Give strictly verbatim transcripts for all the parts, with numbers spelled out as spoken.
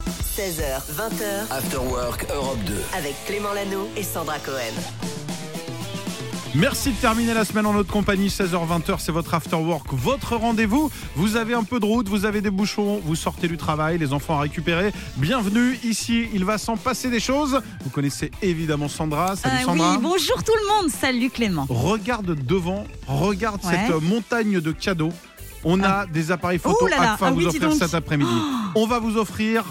seize heures, vingt heures. After Work Europe deux. Avec Clément Lanoux et Sandra Cohen. Merci de terminer la semaine en notre compagnie. seize heures vingt, c'est votre After Work, votre rendez-vous. Vous avez un peu de route, vous avez des bouchons, vous sortez du travail, les enfants à récupérer. Bienvenue ici, il va s'en passer des choses. Vous connaissez évidemment Sandra. Salut euh, Sandra. Oui, bonjour tout le monde. Salut Clément. Regarde devant, regarde ouais. cette montagne de cadeaux. On ah. a des appareils photo à Agfa à ah, vous oui, offrir cet après-midi. Oh. On va vous offrir...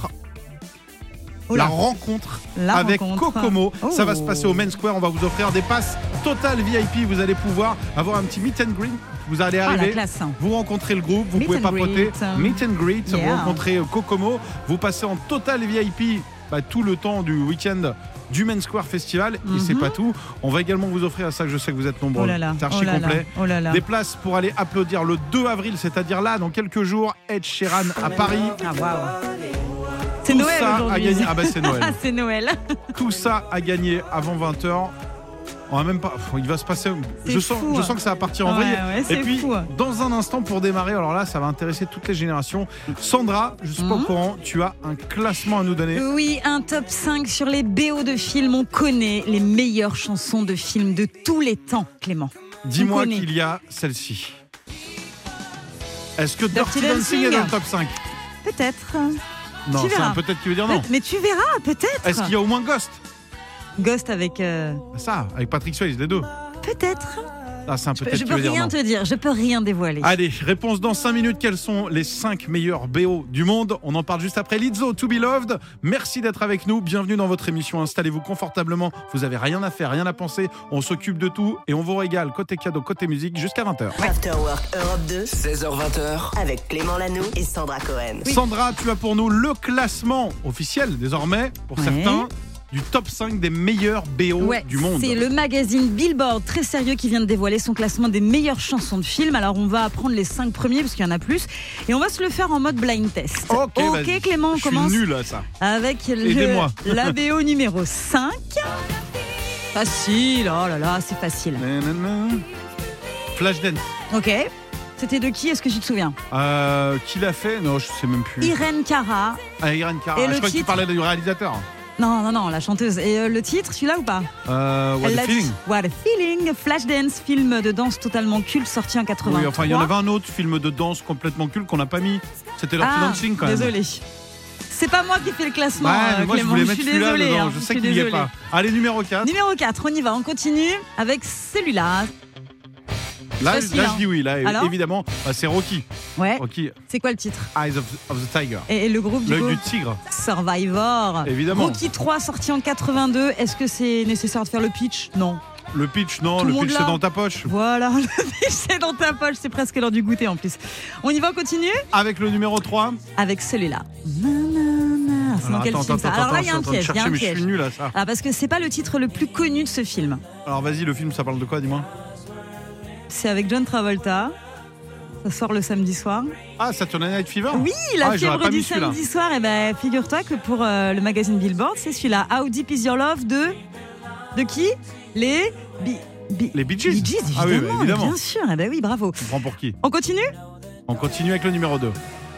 La rencontre La avec rencontre. Kokomo. Oh. Ça va se passer au Main Square. On va vous offrir des passes Total V I P. Vous allez pouvoir avoir un petit meet and greet. Vous allez arriver, ah, la classe. vous rencontrez le groupe, vous meet pouvez papoter. Greet. Meet and greet. Yeah. Vous rencontrez Kokomo. Vous passez en Total V I P bah, tout le temps du week-end du Main Square Festival. Mm-hmm. Et c'est pas tout. On va également vous offrir à ça que je sais que vous êtes nombreux. Oh là là. C'est archi oh là complet. Là. Oh là là. Des places pour aller applaudir le deux avril, c'est-à-dire là, dans quelques jours, Ed Sheeran à Paris. Ah waouh. C'est Tout Noël ça aujourd'hui. à gagner. Ah bah c'est Noël. c'est Noël. Tout ça à gagner avant vingt heures. On va même pas. Il va se passer. Je sens, fou, je sens que ça va partir en ouais, vrille. Ouais, Et puis, fou. dans un instant, pour démarrer, alors là, ça va intéresser toutes les générations. Sandra, je suis mmh. pas au courant. Tu as un classement à nous donner. Oui, un top cinq sur les B O de films. On connaît les meilleures chansons de films de tous les temps, Clément. Dis-moi qu'il y a celle-ci. Est-ce que Dirty, Dirty Dancing, Dancing est dans le top cinq? Peut-être. Non, c'est un peut-être qui veut dire non. Mais tu verras, peut-être. Est-ce qu'il y a au moins Ghost? Ghost avec... Euh... Ça, avec Patrick Swayze, les deux. Peut-être. Ah, c'est un peut-être je qui peux veut dire rien non. te dire, je peux rien dévoiler. Allez, réponse dans cinq minutes. Quels sont les cinq meilleurs B O du monde? On en parle juste après. Lizzo, To Be Loved. Merci d'être avec nous. Bienvenue dans votre émission. Installez-vous confortablement. Vous avez rien à faire, rien à penser. On s'occupe de tout et on vous régale côté cadeau, côté musique jusqu'à vingt heures. After Work Europe deux. seize heures vingt. Avec Clément Lanoux et Sandra Cohen. Oui. Sandra, tu as pour nous le classement officiel désormais pour ouais. certains. Du top cinq des meilleurs B O ouais, du monde. C'est le magazine Billboard, très sérieux, qui vient de dévoiler son classement des meilleures chansons de films. Alors on va apprendre les cinq premiers parce qu'il y en a plus. Et on va se le faire en mode blind test. Ok, ok Clément, on je commence. Je suis nul à ça. Avec le, la B O numéro cinq. Facile, oh là là, c'est facile. Flashdance. Ok. C'était de qui? Est-ce que tu te souviens? euh, Qui l'a fait? Non, je sais même plus. Irène Cara. Ah, Irène Cara. Et je le crois titre... que tu parlais du réalisateur. Non, non, non, la chanteuse. Et euh, le titre, celui-là ou pas? euh, What a Feeling. What a Feeling. Flashdance, film de danse totalement culte, sorti en quatre-vingt-trois. Oui, enfin, il y en avait un autre film de danse complètement culte qu'on n'a pas mis. C'était Dirty ah, Dancing quand même. Désolé. C'est pas moi qui fais le classement, bah, euh, moi, Clément. Je, je suis désolée. Hein, je sais qu'il n'y est pas. Allez, numéro quatre. Numéro quatre, on y va. On continue avec celui-là. Là, facile, là hein. je dis oui, là, alors évidemment, bah, c'est Rocky. Ouais. Rocky. C'est quoi le titre? Eyes of, of the Tiger. Et, et le groupe du, L'œil coup du tigre. Survivor. Évidemment. Rocky trois, sorti en quatre-vingt-deux. Est-ce que c'est nécessaire de faire le pitch? Non. Le pitch, non. Tout le le pitch, là. c'est dans ta poche. Voilà, le pitch, c'est dans ta poche. C'est presque l'heure du goûter en plus. On y va, on continue? Avec le numéro trois. Avec celui-là. C'est Alors, dans quel attends, film attends, ça? attends, Alors là, il y a un piège. chercher, y a un mais piège. je suis nul à ça. Ah, parce que c'est pas le titre le plus connu de ce film. Alors vas-y, le film, ça parle de quoi, dis-moi? C'est avec John Travolta. Ça sort le samedi soir. Ah, Saturday Night Fever? Oui, la ah, fièvre du samedi soir. Et ben, figure-toi que pour euh, le magazine Billboard, c'est celui-là. How Deep Is Your Love de... De qui? Les... Bi... Bi... Les Bee Gees. Bee Gees, évidemment, ah oui, bah, évidemment. Bien sûr, eh ben oui, bravo. On prend pour qui? On continue? On continue avec le numéro deux.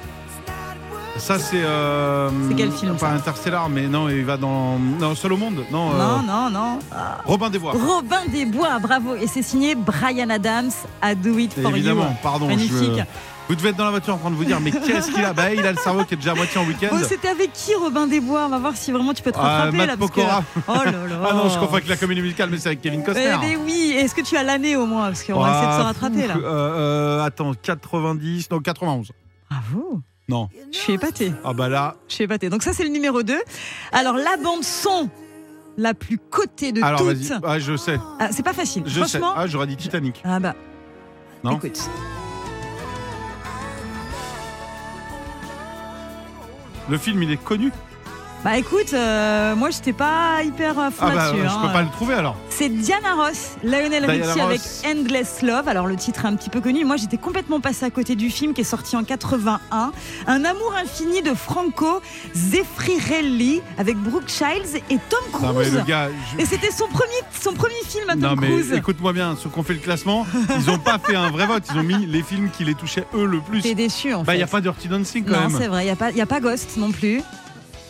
Ça, c'est... Euh, c'est quel film? Pas ça Interstellar, mais non, il va dans... Non, Seul au monde. Non, non, euh, non, non. Ah. Robin des Bois. Robin des Bois, bravo. Et c'est signé Bryan Adams, I Do It For Évidemment, You. pardon. Magnifique. Je... Vous devez être dans la voiture en train de vous dire, mais qu'est-ce qu'il a? Bah, il a le cerveau qui est déjà à moitié en week-end. Bon, c'était avec qui, Robin des Bois? On va voir si vraiment tu peux te rattraper. Euh, là, Matt parce Pokora. Que... Oh là là. Ah non, je confonds avec la comédie musicale, mais c'est avec Kevin Costner. Mais, mais oui, est-ce que tu as l'année au moins? Parce qu'on ah, va essayer de se rattraper là. Euh, euh, attends, quatre-vingt-dix, non, quatre-vingt-onze. Bravo. Non. Je suis épatée. Ah bah là. Je suis épatée. Donc ça, c'est le numéro deux. Alors, la bande-son la plus cotée de Alors, toutes. vas-y. Ah, je sais. Ah, c'est pas facile. Je Franchement. sais. Ah, j'aurais dit Titanic. Ah bah. Non. Écoute. Le film, il est connu. Bah écoute, euh, moi j'étais pas hyper euh, fou Ah bah, là-dessus. je hein. peux pas le trouver alors. C'est Diana Ross, Lionel Diana Richie avec Ross. Endless Love. Alors le titre est un petit peu connu. Moi j'étais complètement passée à côté du film qui est sorti en quatre-vingt-un. Un amour infini de Franco Zeffirelli avec Brooke Shields et Tom Cruise. Non mais le gars. Je... Et c'était son premier, son premier film à Tom non mais Cruise. écoute-moi bien, ceux qui ont fait le classement, ils ont pas fait un vrai vote. Ils ont mis les films qui les touchaient eux le plus. T'es déçu en Bah fait. y a pas Dirty Dancing quand non, même. Non c'est vrai, y a pas, y a pas Ghost non plus.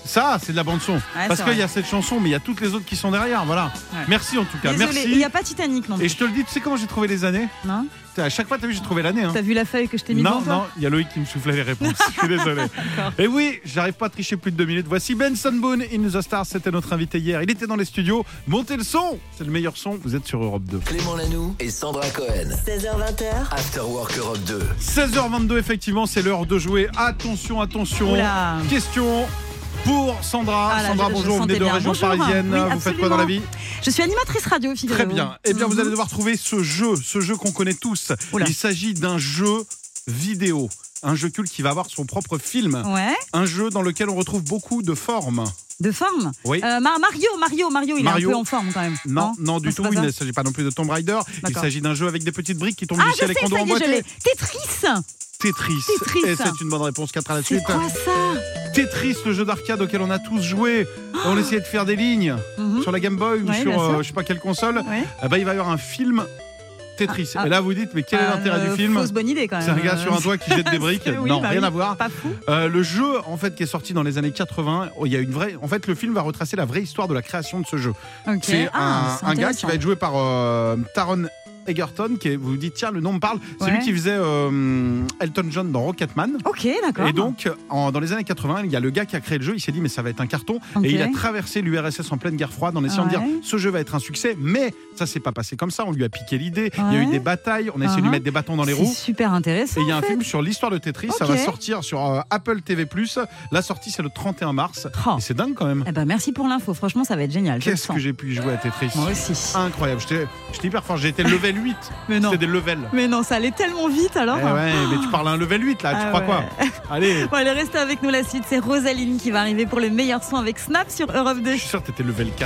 Ça, c'est de la bande-son. Ouais, Parce c'est qu'il vrai. y a cette chanson, mais il y a toutes les autres qui sont derrière. Voilà. Ouais. Merci en tout cas. Désolée, Merci. il n'y a pas Titanic non plus. Et je te le dis, tu sais comment j'ai trouvé les années? Non. À chaque fois, tu as vu, j'ai trouvé l'année. Hein. T'as vu la feuille que je t'ai mise Non, devant toi non, il y a Loïc qui me soufflait les réponses. Je suis désolé. Et oui, j'arrive pas à tricher plus de deux minutes. Voici Benson Boone in the Stars. C'était notre invité hier. Il était dans les studios. Montez le son. C'est le meilleur son. Vous êtes sur Europe deux. Clément Lanoux et Sandra Cohen. seize heures vingt. After Work Europe deux. seize heures vingt-deux, effectivement, c'est l'heure de jouer. Attention, attention. Oula. Question pour Sandra. Ah là, Sandra, je- je bonjour. Vous sentais venez de bien. région Bonjour. parisienne. Oui, vous faites quoi dans la vie? Je suis animatrice radio, Très figurez-vous. bien. Eh bien, vous Mhm. allez devoir trouver ce jeu, ce jeu qu'on connaît tous. Oula. Il s'agit d'un jeu vidéo. Un jeu culte qui va avoir son propre film. Ouais, Un jeu dans lequel on retrouve beaucoup de formes. de forme. Oui. Euh, Mar- Mario, Mario, Mario, il Mario. est un peu en forme quand même. Non, non, du c'est tout. pas Il ça. ne s'agit pas non plus de Tomb Raider. Il D'accord. s'agit d'un jeu avec des petites briques qui tombent Ah, du je ciel sais, et qu'on ça doit y est, je emboîter. l'ai. Tetris. Tetris. Tetris. Et c'est une bonne réponse. quatre à la C'est suite. quoi ça? Tetris, le jeu d'arcade auquel on a tous joué. On essayait de faire des lignes Mhm. sur la Game Boy ou Ouais, sur bien sûr. euh, je sais pas quelle console. Ouais. Eh ben, il va y avoir un film Tetris. Ah, ah. Et là, vous dites, mais quel est Euh, l'intérêt du film? Fausse bonne idée quand même. C'est un gars sur un toit qui jette des briques. Oui, non, bah rien oui. à voir. Pas fou. Euh, le jeu, en fait, qui est sorti dans les années quatre-vingts, oh, il y a une vraie. En fait, le film va retracer la vraie histoire de la création de ce jeu. Ok. C'est Ah, un, c'est un gars qui intéressant. va être joué par euh, Taron Egerton, qui est, vous vous dites, tiens, le nom me parle. C'est Ouais. lui qui faisait euh, Elton John dans Rocketman. Ok, d'accord. Et donc, en- dans les années quatre-vingts, il y a le gars qui a créé le jeu, il s'est dit, mais ça va être un carton. Ok. Et il a traversé l'U R S S en pleine guerre froide en essayant de Ouais. dire, ce jeu va être un succès. Mais ça s'est pas passé comme ça. On lui a piqué l'idée. Il y a eu Ouais. des batailles. On a essayé de lui Uh-huh. mettre des bâtons dans les C'est roues. super intéressant. Et il y a un en fait. film sur l'histoire de Tetris. Ça Ok. va sortir sur euh, Apple T V plus. La sortie, c'est le trente et un mars. Oh. Et c'est dingue quand même. Eh ben, merci pour l'info. Franchement, ça va être génial. je le Qu'est-ce sens. que j'ai pu y jouer à Tetris. Moi aussi. Incroyable. J'étais j'étais hyper fort. J'ai été level huit. Mais non. C'était des levels. Mais non, ça allait tellement vite alors. Eh ouais, mais tu parles à un level huit là. Tu Ah crois ouais. quoi? Allez. Bon, allez, restez avec nous. La suite, c'est Rosaline qui va arriver pour le meilleur son avec Snap sur Europe deux. Je suis sûr que t'étais level quatre.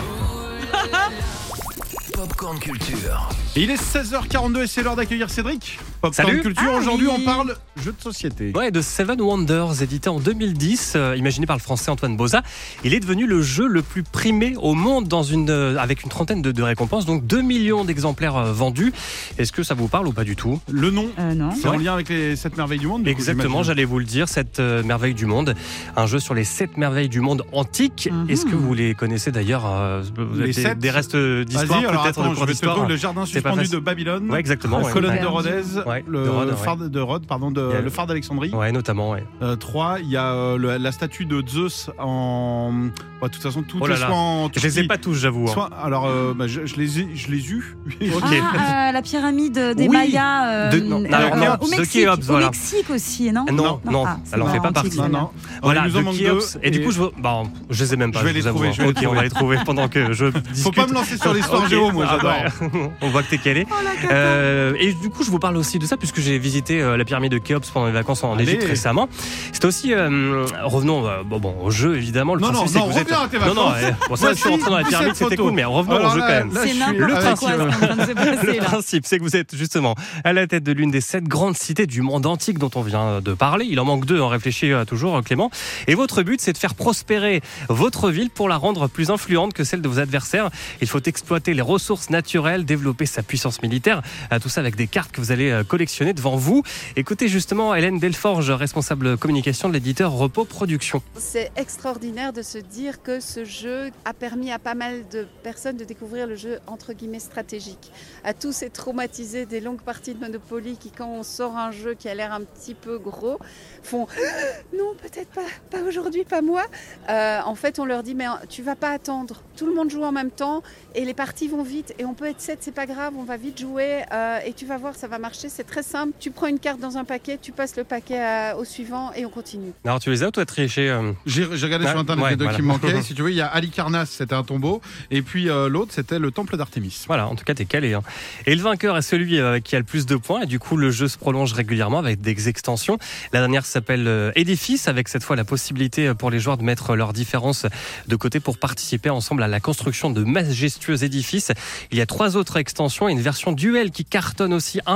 Popcorn Culture. Et il est seize heures quarante-deux et c'est l'heure d'accueillir Cédric. Popcorn Salut. Culture. Ah Aujourd'hui, oui. on parle jeux de société. Ouais, de Seven Wonders, édité en deux mille dix, euh, imaginé par le français Antoine Boza. Il est devenu le jeu le plus primé au monde dans une, euh, avec une trentaine de, de récompenses, donc deux millions d'exemplaires euh, vendus. Est-ce que ça vous parle ou pas du tout? Le nom, Euh, non. c'est en Ouais. lien avec les sept merveilles du monde. du coup, Exactement, j'imagine. j'allais vous le dire, cette euh, merveille du monde. Un jeu sur les sept merveilles du monde antique. Mhm. Est-ce que vous les connaissez d'ailleurs euh, vous Les avez des, sept des restes d'histoire, Vas-y, alors peut-être attends, de je cours vais te d'histoire? trouver le jardin C'est pas suspendu facile. de Babylone. Ouais, exactement. La ouais. colonne Ouais. de Rhodes, Ouais, le de Rhodes, ouais. phare de Rhodes, pardon, de, Il y a- le phare d'Alexandrie. Ouais, notamment, ouais. Euh, trois, il y a euh, le- la statue de Zeus en. Bah, de toute façon, toutes Oh là les là. soit en Je les ai Turquie, pas tous, j'avoue. hein. soit- alors, euh, bah, je, je les ai, je les eus. Ok. Ah, euh, la pyramide des Oui. Mayas euh, De- non, euh, alors, euh, non, au de Mexique, Khéops, au voilà. Mexique aussi, non Ah, Non, non, Ah, c'est elle en fait pas antique, partie. celle-là. Non, non. Voilà, il nous en de manque Khéops. deux. Et du coup, je, bon, je les ai même pas. Je vais les vous avoue. trouver, je vais les Ok, trouver. on va les trouver pendant que je discute. Faut pas me lancer sur l'histoire Ok. géo, moi, Ah j'adore. ouais. On voit que t'es calé. Oh, la cata. Euh, et du coup, je vous parle aussi de ça puisque j'ai visité euh, la pyramide de Khéops pendant les vacances en Allez. Égypte récemment. C'était aussi, euh, revenons euh, bon, bon, au jeu évidemment. Le Non, principe, non, c'est non, que vous êtes. reviens à tes Non, non. vacances. euh, bon, ça, je suis Voici rentré dans la pyramide, cette c'était photo. cool, mais revenons Alors au jeu là, quand même. là, je C'est suis n'importe avec, quoi ce qui euh, est en train de se passer Le là. principe, c'est que vous êtes justement à la tête de l'une des sept grandes cités du monde antique dont on vient de parler. Il en manque deux, on réfléchit euh, toujours, Clément. Et votre but, c'est de faire prospérer votre ville pour la rendre plus influente que celle de vos adversaires. Il faut exploiter les ressources naturelles, développer sa puissance militaire. Euh, Tout ça avec des cartes que vous allez euh, collectionner devant vous. Écoutez justement Hélène Delforge, responsable communication de l'éditeur Repos Productions. C'est extraordinaire de se dire que ce jeu a permis à pas mal de personnes de découvrir le jeu entre guillemets stratégique. À tous ces traumatisés des longues parties de Monopoly qui, quand on sort un jeu qui a l'air un petit peu gros, font non, peut-être pas, pas aujourd'hui, pas moi. Euh, en fait, on leur dit mais tu vas pas attendre. Tout le monde joue en même temps et les parties vont vite et on peut être sept, c'est pas grave, on va vite jouer euh, et tu vas voir, ça va marcher. C'est très simple. Tu prends une carte dans un paquet, tu passes le paquet à- au suivant et on continue. Alors tu les as ou toi triché euh J'ai j'ai regardé Ouais, sur internet ouais, les deux voilà. qui me manquaient. Si tu veux, il y a Halicarnasse, c'était un tombeau. Et puis euh, l'autre, c'était le temple d'Artémis. Voilà, en tout cas, t'es calé. Hein. Et le vainqueur est celui euh, qui a le plus de points. Et du coup, le jeu se prolonge régulièrement avec des extensions. La dernière s'appelle euh, Édifice, avec cette fois la possibilité pour les joueurs de mettre leurs différences de côté pour participer ensemble à la construction de majestueux édifices. Il y a trois autres extensions et une version duel qui cartonne aussi, un virgule cinq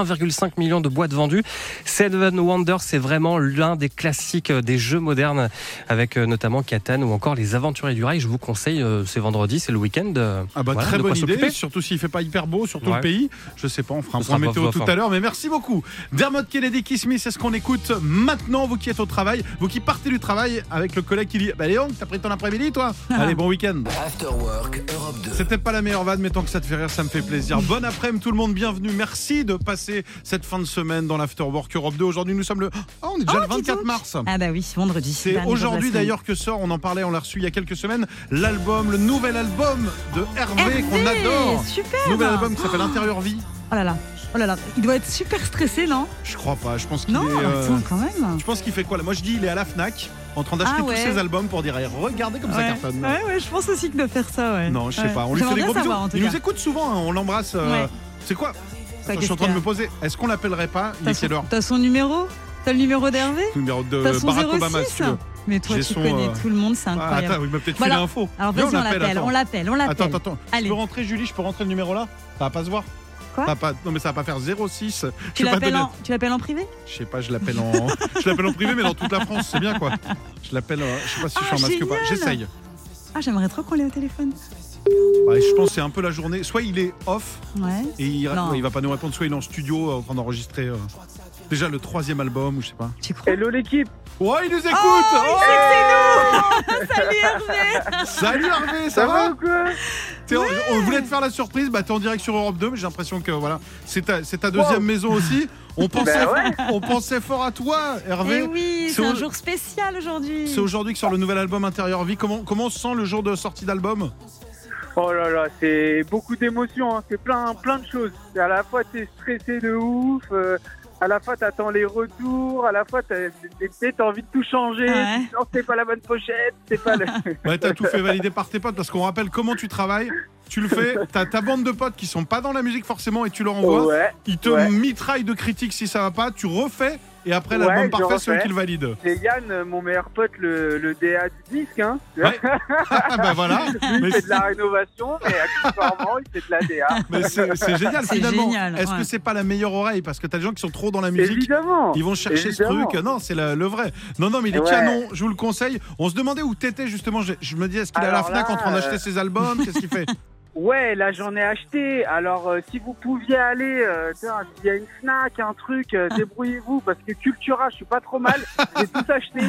cinq millions de boîtes vendues. Seven Wonders, c'est vraiment l'un des classiques des jeux modernes, avec notamment Catan ou encore les Aventuriers du Rail. Je vous conseille, c'est vendredi, c'est le week-end. Ah bah Voilà, très de bonne quoi idée, s'occuper. surtout s'il fait pas hyper beau sur tout Ouais. le pays. Je sais pas, on fera un Ce point sera météo bof, tout bof, à hein. l'heure, mais merci beaucoup. Dermot Kennedy, Kiss Me, c'est ce qu'on écoute maintenant. Vous qui êtes au travail, vous qui partez du travail avec le collègue qui dit bah Léon, t'as pris ton après-midi toi? Allez, bon week-end. After Work Europe deux. C'était pas la meilleure vanne, mais tant que ça te fait rire, ça me fait plaisir. Bon après-midi tout le monde, bienvenue. Merci de passer cette fin de semaine dans l'Afterwork Europe deux. Aujourd'hui, nous sommes le. Ah, on est déjà Oh, le dis vingt-quatre donc. mars. Ah bah oui, vendredi. C'est dernier jour de la aujourd'hui semaine. d'ailleurs que sort, on en parlait, on l'a reçu il y a quelques semaines, l'album, le nouvel album de Hervé, Hervé, qu'on adore. super. Nouvel album qui s'appelle Intérieur Vie. Oh là là, oh là là, il doit être super stressé, non? Je crois pas, je pense qu'il Non, est. euh, attends, quand même. Je pense qu'il fait quoi là? Moi je dis il est à la Fnac en train d'acheter Ah ouais. tous ses albums pour dire eh, regardez comme ça Ouais. cartonne. Ouais, ouais, je pense aussi qu'il doit faire ça, ouais. Non, je sais Ouais. pas. On lui fait J'aimerais des bien gros bisous. savoir, en tout Il cas. nous écoute souvent, hein, on l'embrasse. euh, Ouais. C'est quoi? Quoi, Attends, je suis qu'est-ce en train de qu'il y me a poser. Est-ce qu'on l'appellerait pas? Il T'as est son, quelle heure? t'as son numéro? T'as le numéro d'Hervé? Numéro de T'as son Barack zéro Obama si six? tu veux. Mais toi, J'ai tu son, connais euh, tout le monde, c'est Ah, incroyable. attends, il m'a peut-être Bon, filé alors- info. Alors Viens, vas-y, on l'appelle, attends. on l'appelle, on Attends, l'appelle. attends, attends. Allez. Je peux rentrer Julie, je peux rentrer le numéro là? Ça va pas se voir? Quoi? Ça va pas... Non mais ça va pas faire zéro six. Tu Je vais pas l'appelles donner- en, tu l'appelles en privé? Je sais pas, je l'appelle en, je l'appelle en privé, mais dans toute la France, c'est bien quoi. Je l'appelle, euh, je sais pas si je suis Ah, en masque ou pas. génial. J'essaye. Ah, j'aimerais trop qu'on l'ait au téléphone. Bah, je pense que c'est un peu la journée. Soit il est off Ouais. et il, Non. ouais, il va pas nous répondre, soit il est en studio euh, en train d'enregistrer euh, déjà le troisième album ou je sais pas. Tu crois? Hello l'équipe. Ouais, il nous écoute. Oh, il Oh sait que c'est nous. Salut Hervé. Salut Hervé, ça, Ça va, va ou quoi? T'es en- On voulait te faire la surprise, bah t'es en direct sur Europe deux, mais j'ai l'impression que voilà, c'est ta, c'est ta deuxième Wow. maison aussi. On pensait, Bah ouais. on pensait fort à toi, Hervé. Eh oui, C'est c'est un au- jour spécial aujourd'hui. C'est aujourd'hui que sort le nouvel album Intérieur Vie. Comment, comment on se sent le jour de sortie d'album? Oh là là, c'est beaucoup d'émotions, hein. C'est plein, plein de choses. À la fois t'es stressé de ouf, euh, à la fois t'attends les retours, à la fois t'as, t'as, t'as envie de tout changer. Ouais. Tu te dis, non, c'est pas la bonne pochette, c'est pas le... Ouais, t'as tout fait valider par tes potes parce qu'on rappelle comment tu travailles. Tu le fais, t'as ta bande de potes qui sont pas dans la musique forcément et tu leur envoies. Ouais, Ils te ouais. mitraillent de critiques si ça va pas, tu refais et après Ouais, l'album je parfait, c'est eux refais. qui le valident. c'est Yann, euh, mon meilleur pote, le, le D A du disque, hein. Ouais. Ah bah voilà. Lui, Mais il fait c'est- de la rénovation, mais accessoirement, il fait de la D A. mais c'est c'est génial C'est finalement. génial, Est-ce ouais. que c'est pas la meilleure oreille? Parce que t'as des gens qui sont trop dans la musique. Évidemment. Ils vont chercher Évidemment. ce truc. Non, c'est la- le vrai. Non, non, mais il est Ouais. canon. Je vous le conseille. On se demandait où t'étais justement. Je, je me dis, est-ce qu'il est à la Alors Fnac là, en train d'acheter euh, ses albums? Qu'est-ce qu'il fait? Ouais, là j'en ai acheté. Alors euh, si vous pouviez aller, euh, tiens, s'il y a une Fnac, un truc, euh, débrouillez-vous parce que Cultura, je suis pas trop mal. J'ai tout acheté.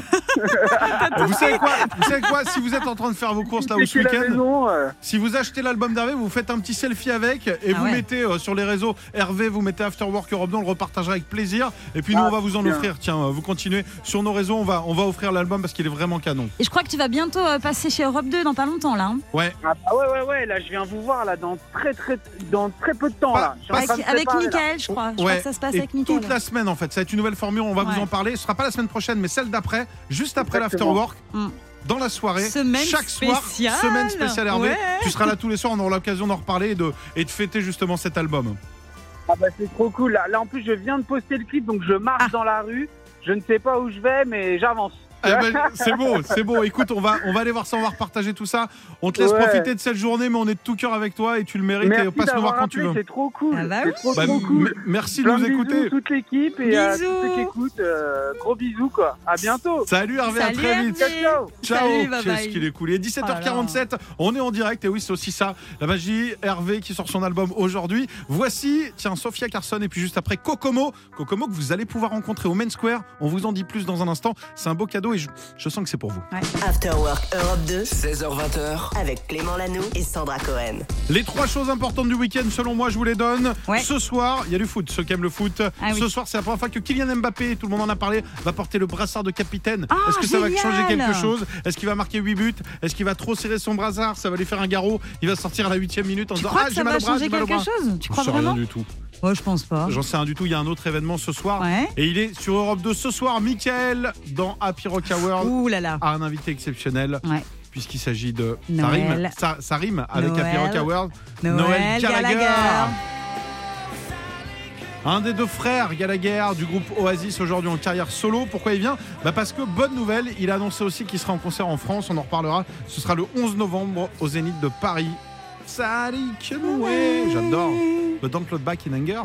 Vous savez quoi? Vous savez quoi? Si vous êtes en train de faire vos courses là où ce Checker la week-end, maison. euh, si vous achetez l'album d'Hervé, vous faites un petit selfie avec et Ah vous ouais. mettez euh, sur les réseaux Hervé, vous mettez Afterwork Europe deux, on le repartagera avec plaisir. Et puis nous, Ah, on va vous en bien. offrir. Tiens, euh, vous continuez sur nos réseaux, on va, on va offrir l'album parce qu'il est vraiment canon. Et je crois que tu vas bientôt euh, passer chez Europe deux dans pas longtemps là. hein. Ouais. Ah bah ouais ouais ouais, là je viens vous voir là dans très très dans très peu de temps Pas- là. Je suis en pas- train de Avec, avec préparer, là. Mickaël, je crois. Je crois que ça se passe et avec Mickaël. toute la semaine en fait, ça va être une nouvelle formule, on va vous Ouais. en parler. Ce sera pas la semaine prochaine, mais celle d'après, juste après Exactement. l'Afterwork. Mm. Dans la soirée, Semaine chaque soir, spéciale. semaine spéciale Hervé. Ouais. Tu seras là tous les soirs, on aura l'occasion d'en reparler et de, et de fêter justement cet album. Ah bah c'est trop cool. Là, là en plus je viens de poster le clip donc je marche Ah. dans la rue. Je ne sais pas où je vais mais j'avance. Eh ben, c'est beau, c'est beau. Écoute, on va, on va aller voir ça, on va repartager tout ça. On te laisse Ouais. profiter de cette journée, mais on est de tout cœur avec toi et tu le mérites. Merci et passe nous d'avoir voir quand tu appelé, veux. c'est trop cool. Ah bah c'est oui. trop Bah, trop m- cool. merci de Plein nous de bisous écouter. toute l'équipe et à tous Bisous. ceux qui écoutent. euh, gros bisous quoi. À bientôt. Salut Hervé, à Salut, très vite. Hervé. Ciao. Ciao, Salut, bye qu'est-ce bye. qu'il est cool. Il est dix-sept heures Oh quarante-sept, on est en direct et oui, c'est aussi ça, la magie. Hervé qui sort son album aujourd'hui. Voici, tiens, Sophia Carson et puis juste après Kokomo. Kokomo que vous allez pouvoir rencontrer au Main Square. On vous en dit plus dans un instant. C'est un beau cadeau et je, je sens que c'est pour vous. Afterwork Europe deux seize heures vingt avec Clément Lanoux et Sandra Cohen. Les trois choses importantes du week-end, selon moi, je vous les donne. Ouais. Ce soir, il y a du foot, ceux qui aiment le foot. Ah oui. Ce soir, c'est la première fois que Kylian Mbappé, tout le monde en a parlé, va porter le brassard de capitaine. Ah, Est-ce que ça va génial. changer quelque chose? Est-ce qu'il va marquer huit buts? Est-ce qu'il va trop serrer son brassard? Ça va lui faire un garrot. Il va sortir à la huitième minute en Tu disant crois ah, que j'ai ça mal va au bras, changer j'ai mal au quelque bras. chose? Tu crois J'en sais vraiment? rien du tout. Ouais, je pense pas. J'en sais rien du tout. Il y a un autre événement ce soir. Ouais. Et il est sur Europe deux ce soir. Mickaël dans Happy Rock Hour Ouh là là. a un invité exceptionnel. Ouais. Puisqu'il s'agit de. Ça Noël. rime, ça, ça rime avec Noël. Happy Rock Hour. Noël Gallagher. Un des deux frères Gallagher du groupe Oasis aujourd'hui en carrière solo. Pourquoi il vient? Bah parce que bonne nouvelle, il a annoncé aussi qu'il sera en concert en France. On en reparlera. Ce sera le onze novembre au Zénith de Paris. Sadiq Moué. J'adore. Le Don't Look Back in Anger.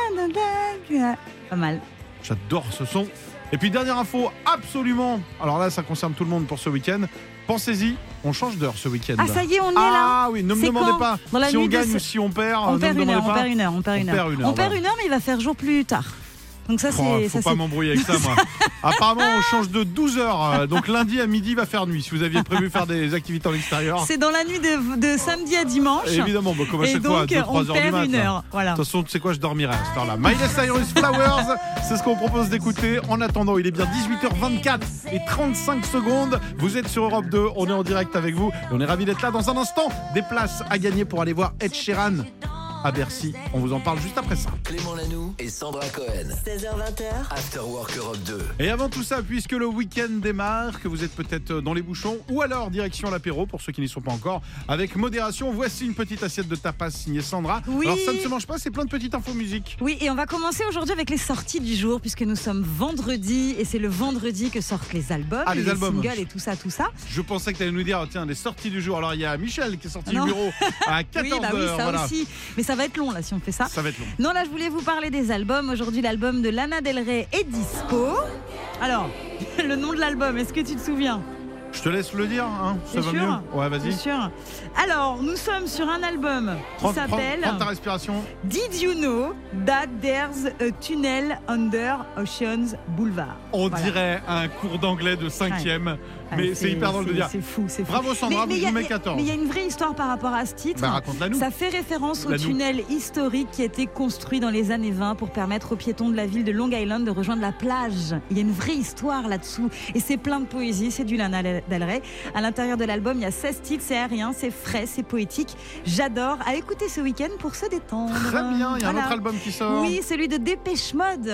Pas mal. J'adore ce son. Et puis dernière info, absolument. Alors là, ça concerne tout le monde pour ce week-end. Pensez-y, on change d'heure ce week-end. Ah ça y est, on y est là. Ah oui, ne me C'est demandez quand pas Dans la si on nuit de gagne ce- ou si on perd. On ne perd me une heure, demandez on pas. perd une heure, on perd une On heure. perd une heure, On perd voilà. une heure, mais il va faire jour plus tard. Donc ça, Oh, c'est. faut ça, pas c'est- m'embrouiller avec ça, moi. Apparemment, on change de douze heures. Donc lundi à midi, il va faire nuit. Si vous aviez prévu faire des activités en extérieur. C'est dans la nuit de, de samedi à dimanche. Évidemment, bah, comme à Et chaque fois, à donc, deux on trois heures du perd mat. une heure. Voilà. De toute façon, tu sais quoi, je dormirai à cette heure-là. Miley Cyrus Flowers, c'est ce qu'on propose d'écouter. En attendant, il est bien dix-huit heures vingt-quatre et trente-cinq secondes. Vous êtes sur Europe deux, on est en direct avec vous. Et on est ravis d'être là dans un instant. Des places à gagner pour aller voir Ed Sheeran à Bercy. On vous en parle juste après ça. Clément Lanoux et Sandra Cohen. seize heures vingt. After Work Europe deux. Et avant tout ça, puisque le week-end démarre, que vous êtes peut-être dans les bouchons, ou alors direction l'apéro, pour ceux qui n'y sont pas encore, avec modération, voici une petite assiette de tapas signée Sandra. Oui. Alors ça ne se mange pas, c'est plein de petites infos musique. Oui, et on va commencer aujourd'hui avec les sorties du jour, puisque nous sommes vendredi, et c'est le vendredi que sortent les albums, Ah, les albums. singles et tout ça, tout ça. Je pensais que tu allais nous dire, tiens, les sorties du jour. Alors il y a Michel qui est sorti Non. du bureau à Oui, quatorze heures. bah oui, ça voilà. aussi. Mais ça va être long là si on fait ça. Ça va être long. Non, là, je voulais vous parler des albums. Aujourd'hui, l'album de Lana Del Rey est dispo. Alors, le nom de l'album, est-ce que tu te souviens? Je te laisse le dire, hein, ça T'es va sûr mieux. Ouais, vas-y. Bien sûr. Alors, nous sommes sur un album qui Prends, prends- s'appelle prends ta respiration. Did You Know That There's a Tunnel Under Oceans Boulevard? On Voilà. dirait un cours d'anglais de cinquième, Ah, mais c'est hyper drôle de c'est- dire. C'est fou, c'est fou. Bravo Sandra, Mais- mais vous il y a- vous mais- mettez quatorze. Mais il y a une vraie histoire par rapport à ce titre. Bah raconte-la nous. Ça fait référence au La nous. tunnel historique qui a été construit dans les années vingt pour permettre aux piétons de la ville de Long Island de rejoindre la plage. Il y a une vraie histoire là-dessous et c'est plein de poésie, c'est du Lana Del Rey. À l'intérieur de l'album, il y a seize titres, c'est aérien, c'est frais, c'est poétique. J'adore. À écouter ce week-end pour se détendre. Très bien, il y a un Voilà. autre album qui sort. Oui, celui de Dépêche Mode.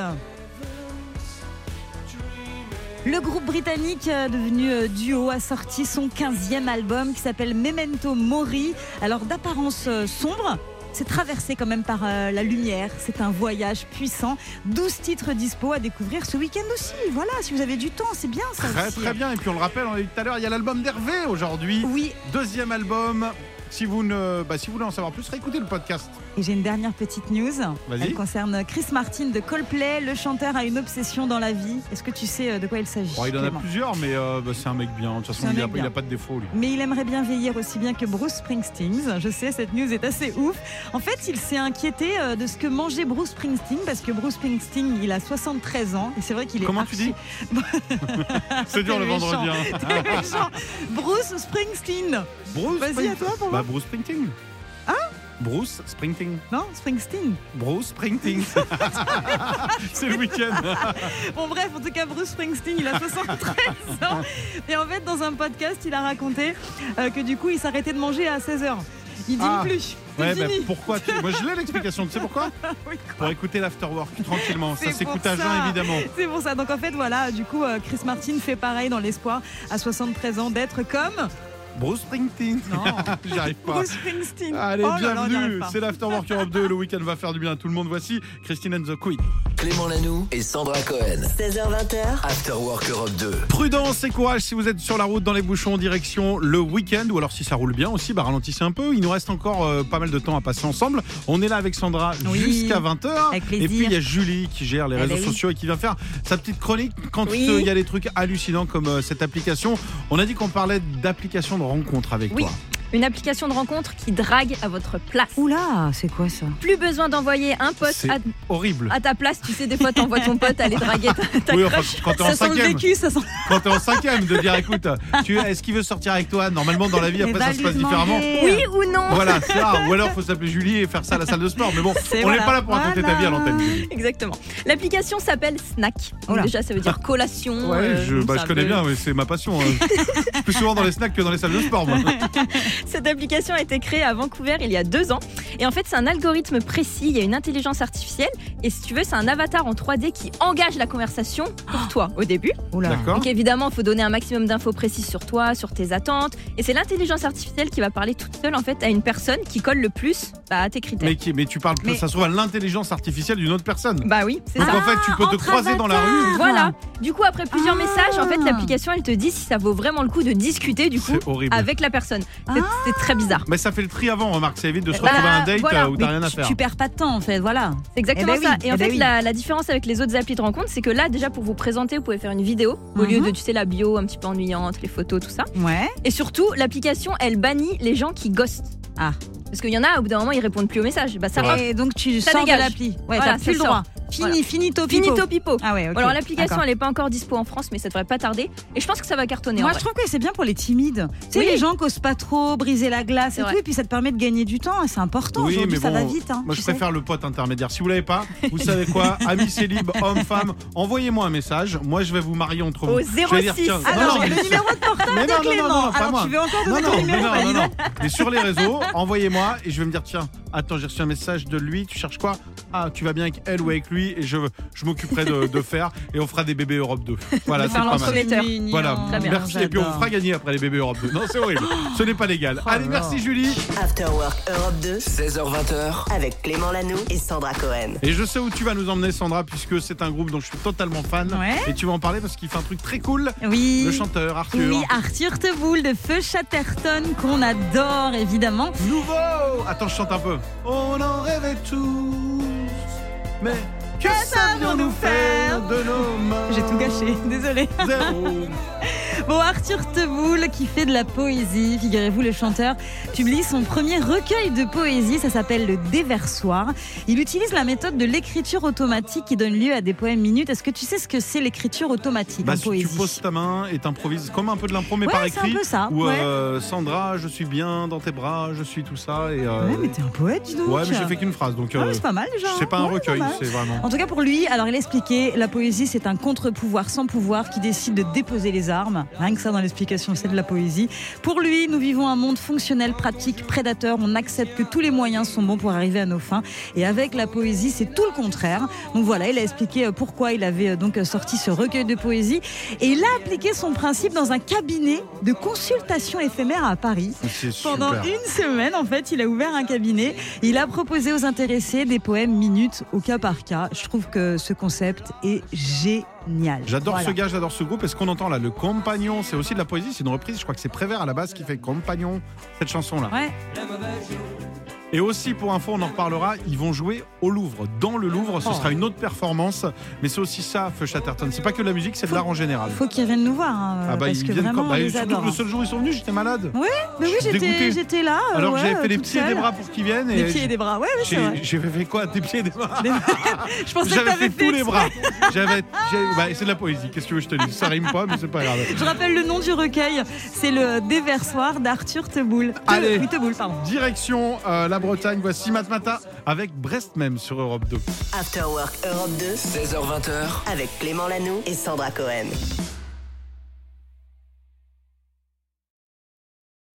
Le groupe britannique euh, devenu euh, duo a sorti son quinzième album qui s'appelle Memento Mori. Alors d'apparence euh, sombre, c'est traversé quand même par euh, la lumière. C'est un voyage puissant. douze titres dispo à découvrir ce week-end aussi. Voilà, si vous avez du temps, c'est bien ça Très aussi. très bien, et puis on le rappelle, on l'a dit tout à l'heure, il y a l'album d'Hervé aujourd'hui. Oui, Deuxième album. Si vous, ne, bah, si vous voulez en savoir plus, réécoutez le podcast. et j'ai une dernière petite news. Vas-y. Elle concerne Chris Martin de Coldplay. Le chanteur a une obsession dans la vie. Est-ce que tu sais euh, de quoi il s'agit? Bon, il en a Clément plusieurs, mais euh, bah, c'est un mec bien. De toute façon, C'est un il n'a mec bien. pas de défaut, lui. Mais il aimerait bien vieillir aussi bien que Bruce Springsteen. Je sais, cette news est assez ouf. En fait, il s'est inquiété euh, de ce que mangeait Bruce Springsteen parce que Bruce Springsteen, il a soixante-treize ans et c'est vrai qu'il est Comment tu archi- C'est dur T'es le vendredi. méchant. Hein. T'es méchant. Bruce Springsteen. Bruce Vas-y, Spring- à toi pour bah, voir. Bruce Springsteen. Hein Bruce Springsteen. Non, Springsteen. Bruce Springsteen. C'est le week-end. Bon bref, en tout cas, Bruce Springsteen, il a soixante-treize ans. Et en fait, dans un podcast, il a raconté euh, que du coup, il s'arrêtait de manger à seize heures. Il dîne Ah. plus. C'est Ouais, bah, fini. pourquoi tu... Moi, je l'ai l'explication. Tu sais pourquoi? Oui, Pour écouter l'afterwork tranquillement. Ça C'est s'écoute pour à jeun, ça. évidemment. C'est pour ça. Donc en fait, voilà, du coup, euh, Chris Martin fait pareil dans l'espoir, à soixante-treize ans, d'être comme Bruce Springsteen. Non. J'y arrive pas. Bruce Springsteen. Allez, Oh là là, on n'y bienvenue. arrive pas. C'est l'Afterwork Europe deux. Le week-end va faire du bien à tout le monde. Voici Christine and the Queen. Clément Lanoux et Sandra Cohen. seize heures vingt. After Work Europe deux. Prudence et courage si vous êtes sur la route dans les bouchons direction le week-end, ou alors si ça roule bien aussi, bah ralentissez un peu. Il nous reste encore euh, pas mal de temps à passer ensemble. On est là avec Sandra Oui. jusqu'à vingt heures. Avec Et plaisir. puis il y a Julie qui gère les Eh réseaux ben oui. sociaux et qui vient faire sa petite chronique quand Oui. euh, il y a des trucs hallucinants comme euh, cette application. On a dit qu'on parlait d'application de rencontre avec Oui. toi. Une application de rencontre qui drague à votre place. Oula, c'est quoi ça? Plus besoin d'envoyer un pote C'est à, horrible. à ta place. Tu sais, des fois, t'envoies ton pote aller draguer ta, ta Oui, enfin, crush. quand t'es en Ça sent le cinquième, vécu, ça sent. quand t'es en cinquième, de dire écoute, tu, est-ce qu'il veut sortir avec toi? Normalement dans la vie Mais après va ça se lui passe différemment. demander. Oui ou non? Voilà, c'est ça. Ou alors faut s'appeler Julie et faire ça à la salle de sport. Mais bon, C'est on n'est voilà. pas là pour raconter ta Voilà. vie à l'antenne. Julie. Exactement. L'application s'appelle Snack. Donc Oula. déjà, ça veut dire collation. Ouais, euh, je, bah, ça je connais veut- bien, mais c'est ma passion. hein. Plus souvent dans les snacks que dans les salles de sport, moi. Cette application a été créée à Vancouver il y a deux ans. Et en fait, c'est un algorithme précis. Il y a une intelligence artificielle. Et si tu veux, c'est un avatar en trois D qui engage la conversation pour toi au début. Oula. D'accord. Donc évidemment, il faut donner un maximum d'infos précises sur toi, sur tes attentes. Et c'est l'intelligence artificielle qui va parler toute seule en fait à une personne qui colle le plus Bah, à tes critères. Mais, qui, mais tu parles que Mais- ça se trouve à l'intelligence artificielle d'une autre personne. Bah oui, c'est Donc ça. en fait, tu peux te entre croiser dans la avatars. rue. Voilà. Du coup, après plusieurs Ah. messages, en fait, l'application, elle te dit si ça vaut vraiment le coup de discuter, du coup, C'est horrible. avec la personne. C'est Ah. c'est très bizarre. Mais ça fait le tri avant, remarque. Ça évite de se Bah, retrouver à un date voilà. euh, où t'as Mais rien à tu- faire. Tu perds pas de temps en fait, voilà. C'est exactement Eh ben ça. oui, Et en eh ben fait, oui. la, la différence avec les autres applis de rencontre, c'est que là, déjà, pour vous présenter, vous pouvez faire une vidéo au lieu Mhm. de, tu sais, la bio un petit peu ennuyante, les photos, tout ça. Ouais. Et surtout, l'application, elle bannit les gens qui ghostent. Ah. Parce qu'il y en a, au bout d'un moment, ils répondent plus aux messages. Bah, ça va. Et donc tu Ça sors dégage. de l'appli. Ouais, Voilà, t'as ça plus le sort. droit. Fini, Voilà. finito, pipo. Finito pipo. Ah ouais, ok. Alors l'application D'accord. elle n'est pas encore dispo en France mais ça devrait pas tarder et je pense que ça va cartonner. Moi, en je vrai. trouve que c'est bien pour les timides. Tu sais, Oui. les gens qui osent pas trop briser la glace C'est et vrai. tout, et puis ça te permet de gagner du temps, et c'est important. Oui, Aujourd'hui, mais ça bon, va vite. Hein, moi tu je sais. préfère le pote intermédiaire. Si vous l'avez pas, vous savez quoi, amis célib, hommes, femmes, envoyez-moi un message. Moi je vais vous marier entre vous. Au Je vais dire, zéro six. tiens, Alors, non, non, j'ai mais- le numéro de portable mais de non, non, Clément. non, non, pas Alors, moi. tu veux encore Non, donner non, ton mais numéro non, bah, non, dis non. donc. Mais sur les réseaux, envoyez-moi et je vais me dire tiens, attends, j'ai reçu un message de lui, tu cherches quoi? Ah, tu vas bien avec elle ou avec lui et je, je m'occuperai de, de faire et on fera des bébés Europe deux. Voilà, c'est faire pas mal. l'entremetteur. Mignon. Voilà, Très bien. merci. Et puis on vous fera gagner après les bébés Europe deux. Non, c'est horrible. Ce n'est pas légal. Oh Allez, là. merci Julie. After Work Europe deux seize heures vingt avec Clément Lanoux et Sandra Cohen. Et je sais où tu vas nous emmener, Sandra, puisque c'est un groupe dont je suis totalement fan. Ouais. Et tu vas en parler parce qu'il fait un truc très cool. Oui. Le chanteur Arthur. Oui, Arthur Teboul de Feu Chatterton, qu'on adore évidemment. Nouveau. Attends, je chante un peu. On en rêvait tous, mais que savions-nous faire de nos mains? J'ai tout gâché, désolé. Zéro. Bon, Arthur Teboul qui fait de la poésie, figurez-vous, le chanteur publie son premier recueil de poésie, ça s'appelle Le Déversoir. Il utilise la méthode de l'écriture automatique qui donne lieu à des poèmes minutes. Est-ce que tu sais ce que c'est l'écriture automatique Bah, en si poésie? tu poses ta main et t'improvises comme un peu de l'impro, mais Ouais, par c'est écrit. un peu ça, Ou ouais. euh, Sandra, je suis bien dans tes bras, je suis tout ça. Et, euh, Ouais, mais t'es un poète, dis donc. ouais, mais j'ai fait qu'une phrase, donc Ah, euh, mais c'est pas mal déjà. c'est pas un Ouais, recueil, pas mal. c'est vraiment. En tout cas, pour lui, alors il a expliqué, la poésie, c'est un contre-pouvoir sans pouvoir qui décide de déposer les armes. Rien que ça dans l'explication, c'est de la poésie. Pour lui, nous vivons un monde fonctionnel, pratique, prédateur. On accepte que tous les moyens sont bons pour arriver à nos fins. Et avec la poésie, c'est tout le contraire. Donc voilà, il a expliqué pourquoi il avait donc sorti ce recueil de poésie. Et il a appliqué son principe dans un cabinet de consultation éphémère à Paris. C'est Pendant super. une semaine, en fait, il a ouvert un cabinet. Il a proposé aux intéressés des poèmes minutes au cas par cas. Je trouve que ce concept est génial. J'adore Voilà. ce gars, j'adore ce groupe. Et ce qu'on entend là, le compagnon, c'est aussi de la poésie, c'est une reprise. Je crois que c'est Prévert à la base qui fait compagnon, cette chanson-là. Ouais. Et aussi, pour info, on en reparlera, ils vont jouer au Louvre. Dans le Louvre, ce Oh. sera une autre performance. Mais c'est aussi ça, Feu Chatterton. C'est pas que de la musique, c'est de l'art en général. Faut qu'ils viennent nous voir. hein, Ah bah parce ils que viennent vraiment, comme bah, on les surtout adore. que le seul jour où ils sont venus, j'étais malade. Mais oui, Je suis dégoûté. j'étais, j'étais là. euh, Alors que ouais, j'avais fait les toute pieds et des seule. bras pour qu'ils viennent. Des Et pieds et des bras. Ouais, oui, c'est j'ai, vrai. j'ai fait quoi? Des pieds et des bras. Je pensais que J'avais t'avais fait tous les exprès. bras. J'avais, j'ai- bah, c'est de la poésie. Qu'est-ce que tu veux que je te dise? Ça rime pas, mais c'est pas grave. Je rappelle le nom du recueil. C'est le Déversoir d'Arthur Teboul. Te- Allez. Oui, Teboul, pardon. Direction euh, la Bretagne. Voici Matmata avec Brest même sur Europe deux. After Work Europe deux seize heures vingt avec Clément Lanoux et Sandra Cohen.